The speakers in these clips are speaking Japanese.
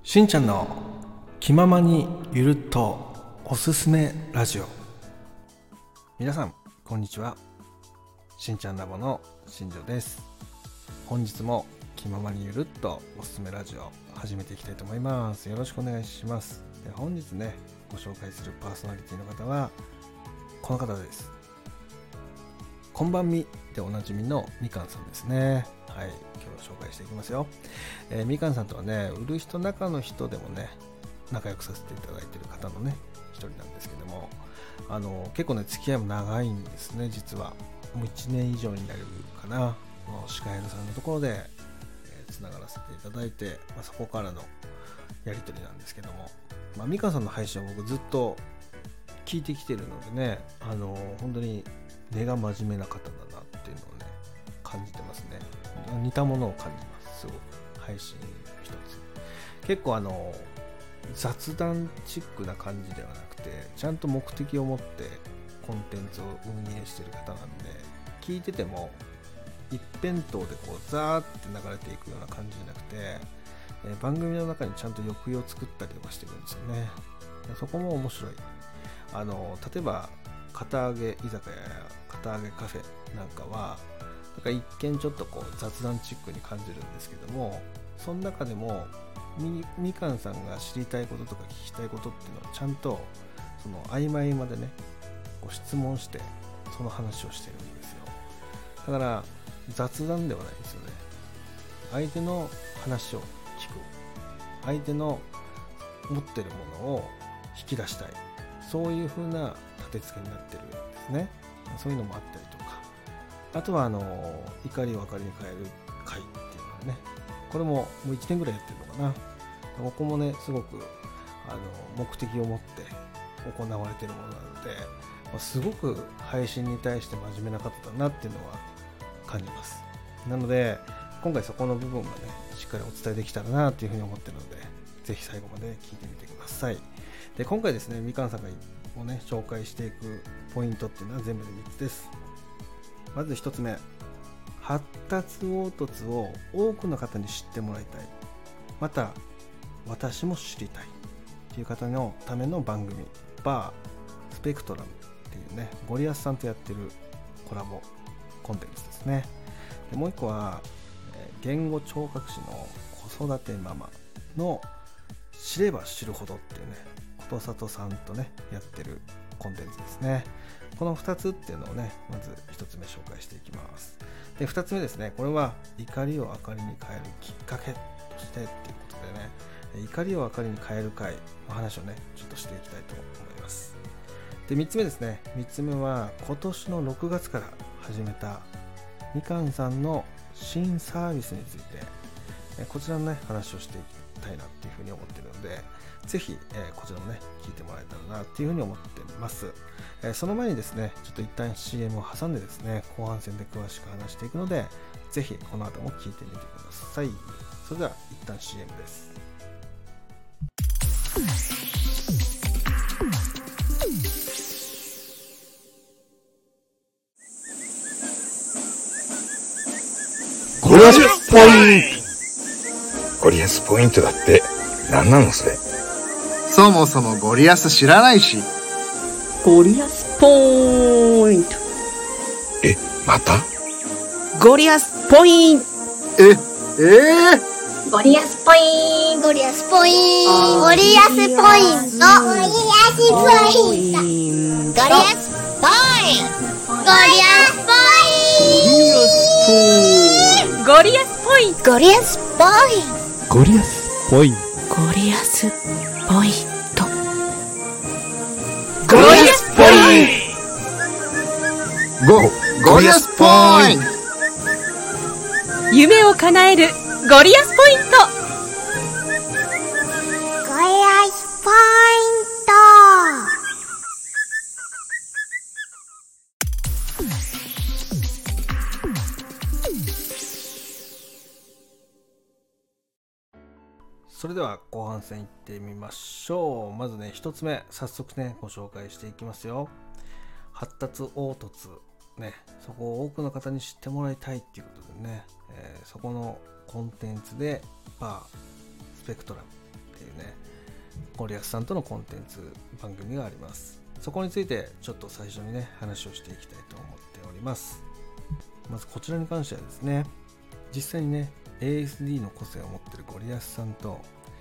しんちゃんの気ままにゆるっとおすすめラジオ。皆さんこんにちは。しんちゃんラボの新庄です。本日も気ままにゆるっとおすすめラジオ始めていきたいと思います。よろしくお願いします。で、本日ねご紹介するパーソナリティの方はこの方です。こんばんみでおなじみのみかんさんですね。はい、今日紹介していきますよ。みかんさんとはね、売る人中の人でもね仲良くさせていただいている方のね一人なんですけども、結構ね付き合いも長いんですね。実はもう1年以上になるかな。シカヘルさんのところでつながらせていただいて、そこからのやり取りなんですけども、みかんさんの配信を僕ずっと聞いてきてるのでね、本当に根が真面目な方だなっていうのをね感じてますね。似たものを感じます。すごく配信一つ結構雑談チックな感じではなくて、ちゃんと目的を持ってコンテンツを運営している方なんで、聞いてても一辺倒でこうザーって流れていくような感じじゃなくて、番組の中にちゃんと抑揚を作ったりとかしてるんですよね。そこも面白い。例えば堅揚げ居酒屋や堅揚げカフェなんかはなんか一見ちょっとこう雑談チックに感じるんですけども、その中でもみかんさんが知りたいこととか聞きたいことっていうのはちゃんとその合間合間でねこう質問してその話をしてるんですよ。だから雑談ではないですよね。相手の話を聞く、相手の持ってるものを引き出したい、そういう風な立て付けになってるんですね。そういうのもあったりとか、あとは怒りを明るに変える会っていうのはね、これももう1年ぐらいやってるのかな。ここもねすごく目的を持って行われているものなので、すごく配信に対して真面目な方だなっていうのは感じます。なので今回そこの部分がねしっかりお伝えできたらなというふうに思っているので、ぜひ最後まで聞いてみてください。で、今回ですねみかんさんがもね紹介していくポイントっていうのは全部で3つです。まず1つ目、発達凹凸を多くの方に知ってもらいたい、また私も知りたいという方のための番組、バースペクトラムっていうねゴリアスさんとやってるコラボコンテンツですね。で、もう一個は言語聴覚士の子育てママの知れば知るほどっていうねことさとさんとねやってるコンテンツですね。この2つっていうのをねまず1つ目紹介していきます。で、2つ目ですね、これは怒りを明かりに変えるきっかけとしてっていうことでね、怒りを明るに変える会の話をねちょっとしていきたいと思います。で、3つ目ですね。3つ目は今年の6月から始めたみかんさんの新サービスについて、こちらのね話をしていきたいなっていうふうに思っているので、ぜひ、こちらもね聞いてもらえたらなっていうふうに思っています。その前にですねちょっと一旦 CM を挟んでですね後半戦で詳しく話していくので、ぜひこの後も聞いてみてください。それでは一旦 CM です。 ゴリアスポイント。ゴリアスポイントだって何なのそれ。 そもそもゴリアス知らないし。 ゴリアスポイント。 またゴリアスポイント。 ゴリアスポイント。ゴリアスポイント。ゴリアスポイント。ゴリアスポイント。ゴリアスポイント。ゴリアスポイント。ゴリアスポイント。ゴリアスポイント。 ゴリアスポイント。 ゴリアスポイント。 ゴリアスポイント。 ゴリアスポイント。 夢を叶えるゴリアスポイント。 ゴリアスポイント。 それでは後半戦いってみましょう。まずね一つ目早速ねご紹介していきますよ。発達凹凸ね、そこを多くの方に知ってもらいたいっていうことでね、そこのコンテンツでバースペクトラムってっていうね、ゴリアスさんとのコンテンツ番組があります。そこについてちょっと最初にね話をしていきたいと思っております。まずこちらに関してはですね、実際にね ASD の個性を持っているゴリアスさんと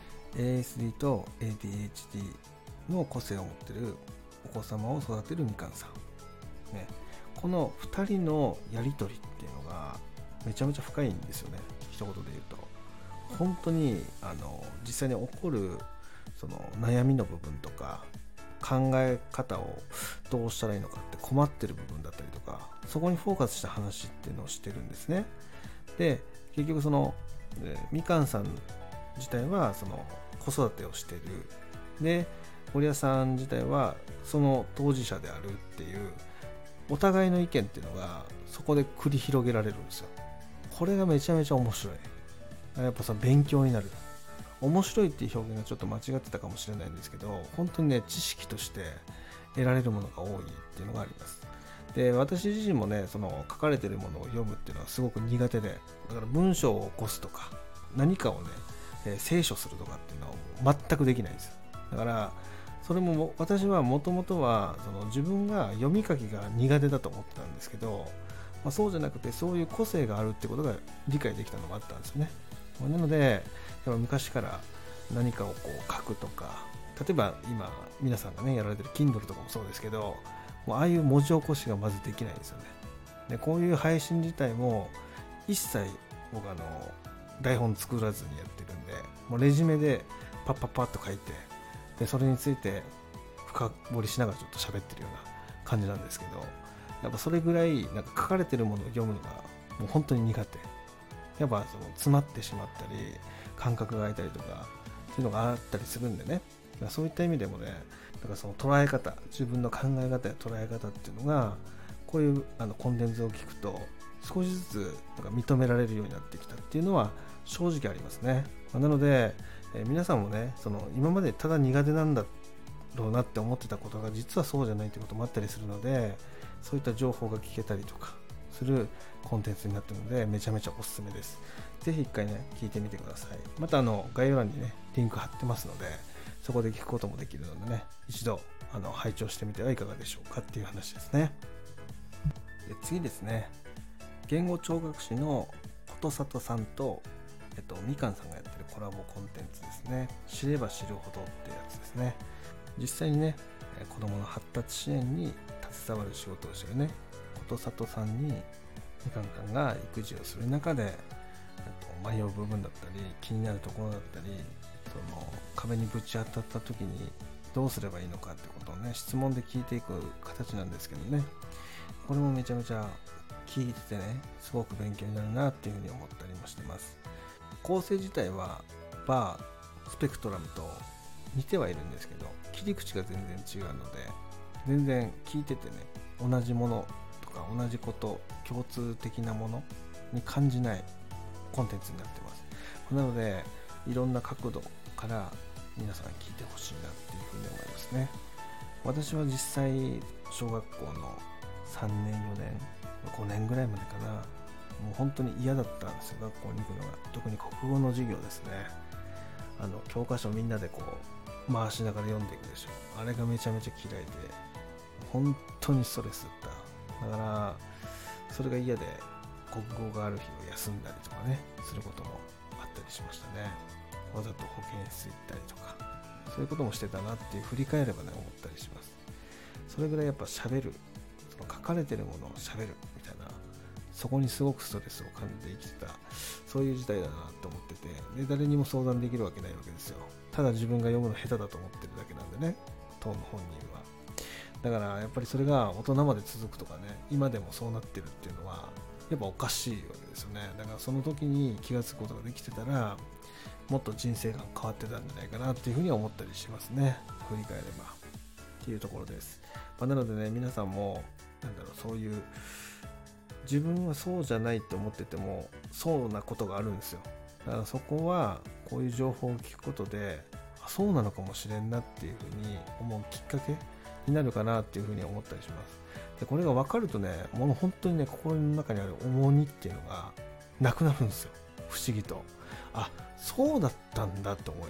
ASD と ADHD の個性を持っているお子様を育てるみかんさん、ね、この2人のやり取りっていうのがめちゃめちゃ深いんですよね。一言で言うと本当に実際に起こるその悩みの部分とか考え方をどうしたらいいのかって困ってる部分だったりとか、そこにフォーカスした話っていうのをしてるんですね。で結局そのみかんさん自体はその子育てをしてる、でゴリアさん自体はその当事者であるっていうお互いの意見っていうのがそこで繰り広げられるんですよ。これがめちゃめちゃ面白い。やっぱその勉強になる。面白いっていう表現がちょっと間違ってたかもしれないんですけど、本当にね知識として得られるものが多いっていうのがあります。で私自身もねその書かれてるものを読むっていうのはすごく苦手で、だから文章を起こすとか何かをね清書するとかっていうのは全くできないんですよ。だからそれも私はもともとはその自分が読み書きが苦手だと思ってたんですけど、そうじゃなくてそういう個性があるってことが理解できたのがあったんですよね。なのでやっぱ昔から何かをこう書くとか、例えば今皆さんがねやられてる Kindle とかもそうですけど、もうああいう文字起こしがまずできないんですよね。でこういう配信自体も一切僕台本作らずにやってるんで、もうレジュメでパッパッパッと書いて、でそれについて深掘りしながらちょっと喋ってるような感じなんですけど、やっぱそれぐらいなんか書かれてるものを読むのがもう本当に苦手。やっぱその詰まってしまったり感覚が空いたりとかっていうのがあったりするんでね、そういった意味でもね、だからその捉え方、自分の考え方や捉え方っていうのがこういうコンテンツを聞くと少しずつなんか認められるようになってきたっていうのは正直ありますね。なので、皆さんもねその今までただ苦手なんだろうなって思ってたことが実はそうじゃないってこともあったりするので、そういった情報が聞けたりとかするコンテンツになっているのでめちゃめちゃおすすめです。ぜひ一回ね聞いてみてください。また概要欄にねリンク貼ってますので、そこで聞くこともできるのでね、一度拝聴してみてはいかがでしょうかっていう話ですね。で次ですね、言語聴覚士のことさとさんとみかんさんがやってるコラボコンテンツですね。知れば知るほどってやつですね。実際にね子どもの発達支援に携わる仕事をしているねことさとさんにみかんさんが育児をする中で迷う部分だったり気になるところだったり、その壁にぶち当たった時にどうすればいいのかってことをね質問で聞いていく形なんですけどね、これもめちゃめちゃ聞いててねすごく勉強になるなっていうふうに思ったりもしてます。構成自体はバースペクトラムと似てはいるんですけど、切り口が全然違うので全然聞いててね同じものとか同じこと、共通的なものに感じないコンテンツになってます。なのでいろんな角度から皆さん聞いてほしいなっていうふうに思いますね。私は実際小学校の3年4年5年ぐらいまでかな、もう本当に嫌だったんですよ、学校に行くのが。特に国語の授業ですね。教科書みんなでこう回しながら読んでいくでしょ。あれがめちゃめちゃ嫌いで本当にストレスだった。だからそれが嫌で国語がある日を休んだりとかねすることもあったりしましたね。わざと保健室行ったりとかそういうこともしてたなっていう振り返ればね思ったりします。それぐらいやっぱ喋る、その書かれてるものを喋るみたいな、そこにすごくストレスを感じて生きてた、そういう時代だなと思ってて、で誰にも相談できるわけないわけですよ。ただ自分が読むの下手だと思ってるだけなんでね、当の本人は。だからやっぱりそれが大人まで続くとかね、今でもそうなってるっていうのはやっぱおかしいわけですよね。だからその時に気がつくことができてたらもっと人生が変わってたんじゃないかなっていうふうに思ったりしますね、振り返ればっていうところです。なのでね、皆さんもそういう自分はそうじゃないって思っててもそうなことがあるんですよ。だからそこはこういう情報を聞くことでそうなのかもしれんなっていうふうに思うきっかけになるかなっていうふうに思ったりします。でこれが分かるとね、本当にね心の中にある重荷っていうのがなくなるんですよ、不思議と。あ、そうだったんだって思える。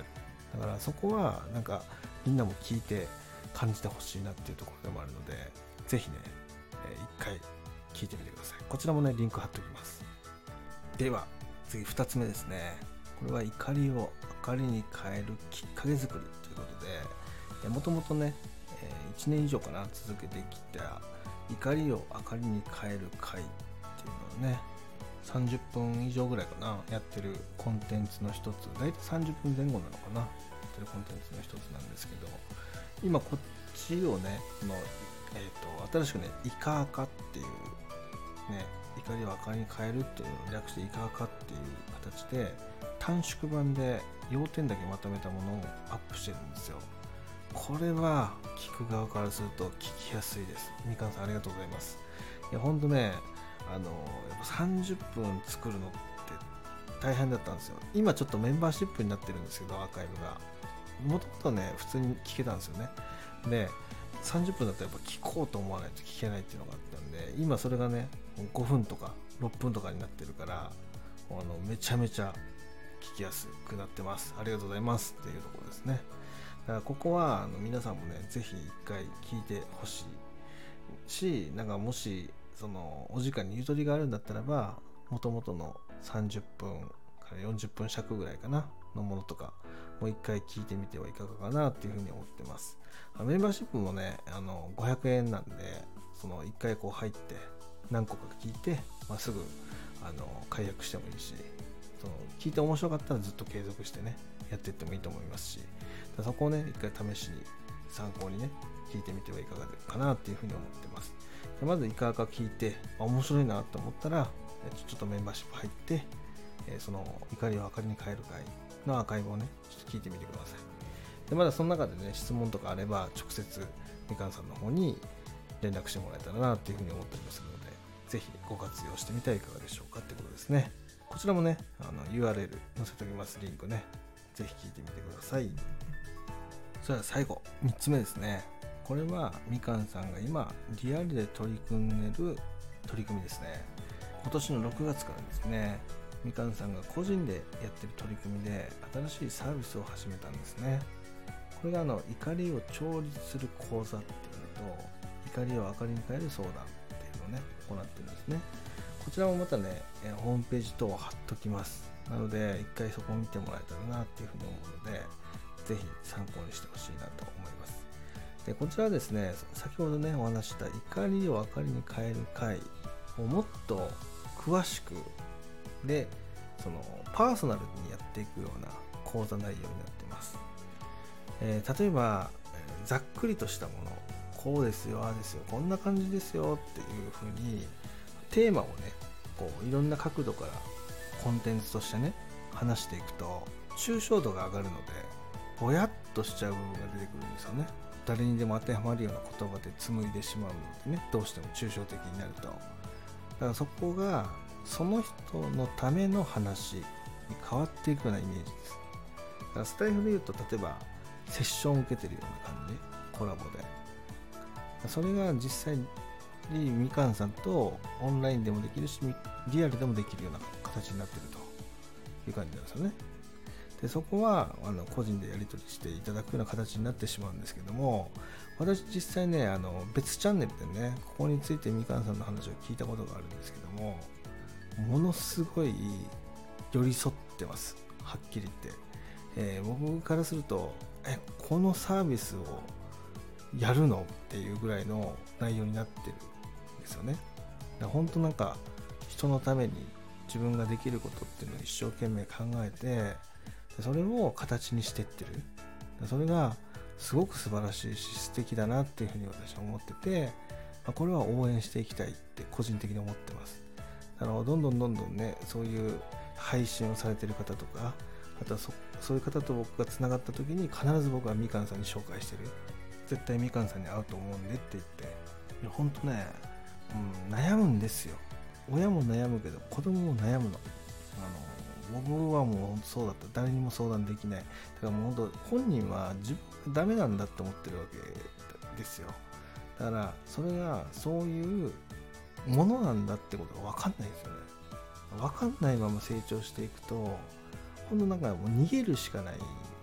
だからそこはなんかみんなも聞いて感じてほしいなっていうところでもあるので、ぜひね、一回聞いてみてください。こちらもねリンク貼っておきます。では次2つ目ですね。これは怒りを明かりに変えるきっかけ作りということで、もともとね、1年以上かな続けてきた怒りを明かりに変える会っていうのをね、30分以上ぐらいかなやってるコンテンツの一つ、だいたい30分前後なのかなやってるコンテンツの一つなんですけど、今こっちをね新しくねイカアカっていうね、怒りを明かりに変えるっていうのを略してイカアカっていう形で短縮版で要点だけまとめたものをアップしてるんですよ。これは聞く側からすると聞きやすいです。みかんさんありがとうございます。いやほんとね、やっぱ30分作るのって大変だったんですよ。今ちょっとメンバーシップになってるんですけど、アーカイブがもともとね普通に聞けたんですよね。で30分だったらやっぱ聞こうと思わないと聞けないっていうのがあったんで、今それがね5分とか6分とかになってるから、めちゃめちゃ聞きやすくなってます。ありがとうございますっていうところですね。だからここは皆さんもねぜひ一回聞いてほしいし、なんかもしそのお時間にゆとりがあるんだったらば、元々の30分から40分尺ぐらいかなのものとかもう一回聞いてみてはいかがかなっていうふうに思ってます。メンバーシップもね500円なんで、その一回こう入って何個か聞いて、すぐ解約してもいいし、その聞いて面白かったらずっと継続してねやっていってもいいと思いますし、そこをね一回試しに参考にね聞いてみてはいかがかなっていうふうに思ってます。でまずイカアカ聞いて面白いなと思ったらちょっとメンバーシップ入って、その怒りを明かりに変える会のアーカイブをねちょっと聞いてみてください。でまだその中でね質問とかあれば直接みかんさんの方に連絡してもらえたらなっていうふうに思っておりますので、ぜひご活用してみてはいかがでしょうかってことですね。こちらもねURL 載せておきます。リンクねぜひ聞いてみてください。それでは最後3つ目ですね。これはみかんさんが今リアルで取り組んでる取り組みですね。今年の6月からですね、みかんさんが個人でやってる取り組みで新しいサービスを始めたんですね。これが怒りを調律する講座っていうのと、怒りを明かりに変える相談っていうのをね行ってるんですね。こちらもまたねホームページ等を貼っときます。なので一回そこを見てもらえたらなっていうふうに思うので、ぜひ参考にしてほしいなと思います。でこちらはですね、先ほどねお話した怒りを明かりに変える会をもっと詳しくでそのパーソナルにやっていくような講座内容になっています。例えばざっくりとしたもの、こうですよ、ああですよ、こんな感じですよっていう風にテーマをねこういろんな角度からコンテンツとしてね話していくと抽象度が上がるので、ぼやっとしちゃう部分が出てくるんですよね。誰にでも当てはまるような言葉で紡いでしまうのでね、どうしても抽象的になると。だからそこがその人のための話に変わっていくようなイメージです。だからスタイフで言うと、例えばセッションを受けてるような感じ、コラボでそれが実際にみかんさんとオンラインでもできるし、リアルでもできるような形になっているという感じなんですよね。でそこは個人でやり取りしていただくような形になってしまうんですけども、私実際ね別チャンネルでねここについてみかんさんの話を聞いたことがあるんですけども、ものすごい寄り添ってます。はっきり言って、僕からするとこのサービスをやるのっていうぐらいの内容になってるんですよね。本当なんか人のために自分ができることっていうのを一生懸命考えて、それを形にしていってる。それがすごく素晴らしいし素敵だなっていうふうに私は思ってて、これは応援していきたいって個人的に思ってます。どんどんねそういう配信をされてる方とか、あとはそういう方と僕がつながった時に必ず僕はみかんさんに紹介してる。絶対みかんさんに会うと思うんでって言って、いや本当ね、悩むんですよ。親も悩むけど子供も悩むの。僕はもうそうだった。誰にも相談できない。だからもう本当本人は自分がダメなんだって思ってるわけですよ。だからそれがそういうものなんだってことが分かんないですよね。分かんないまま成長していくと、本当なんかもう逃げるしかない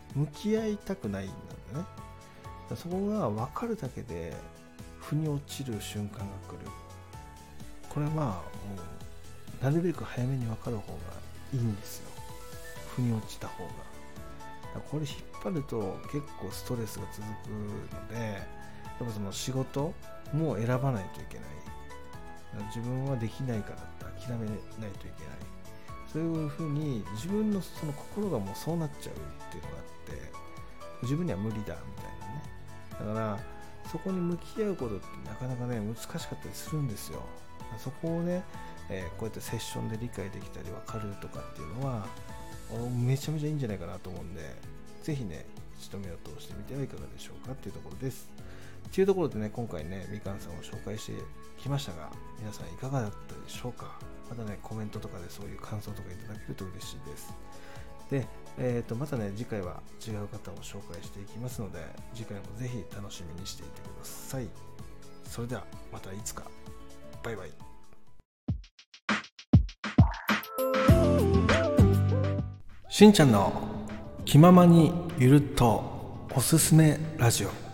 向き合いたくないんだよね。そこが分かるだけで腑に落ちる瞬間が来る。これはもうなるべく早めに分かる方がいいんですよ。腑に落ちた方が。これ引っ張ると結構ストレスが続くので、やっぱその仕事も選ばないといけない。自分はできないからって諦めないといけない。そういうふうに自分のその心がもうそうなっちゃうっていうのがあって、自分には無理だみたいなね。だからそこに向き合うことってなかなかね難しかったりするんですよ。そこをね、こうやってセッションで理解できたり分かるとかっていうのはめちゃめちゃいいんじゃないかなと思うんで、ぜひね一度目を通してみてはいかがでしょうかっていうところです。というところでね、今回ねみかんさんを紹介してきましたが、皆さんいかがだったでしょうか。またねコメントとかでそういう感想とかいただけると嬉しいです。で、またね次回は違う方を紹介していきますので、次回もぜひ楽しみにしていてください。それではまたいつか。バイバイ。しんちゃんの気ままにゆるっとおすすめラジオ。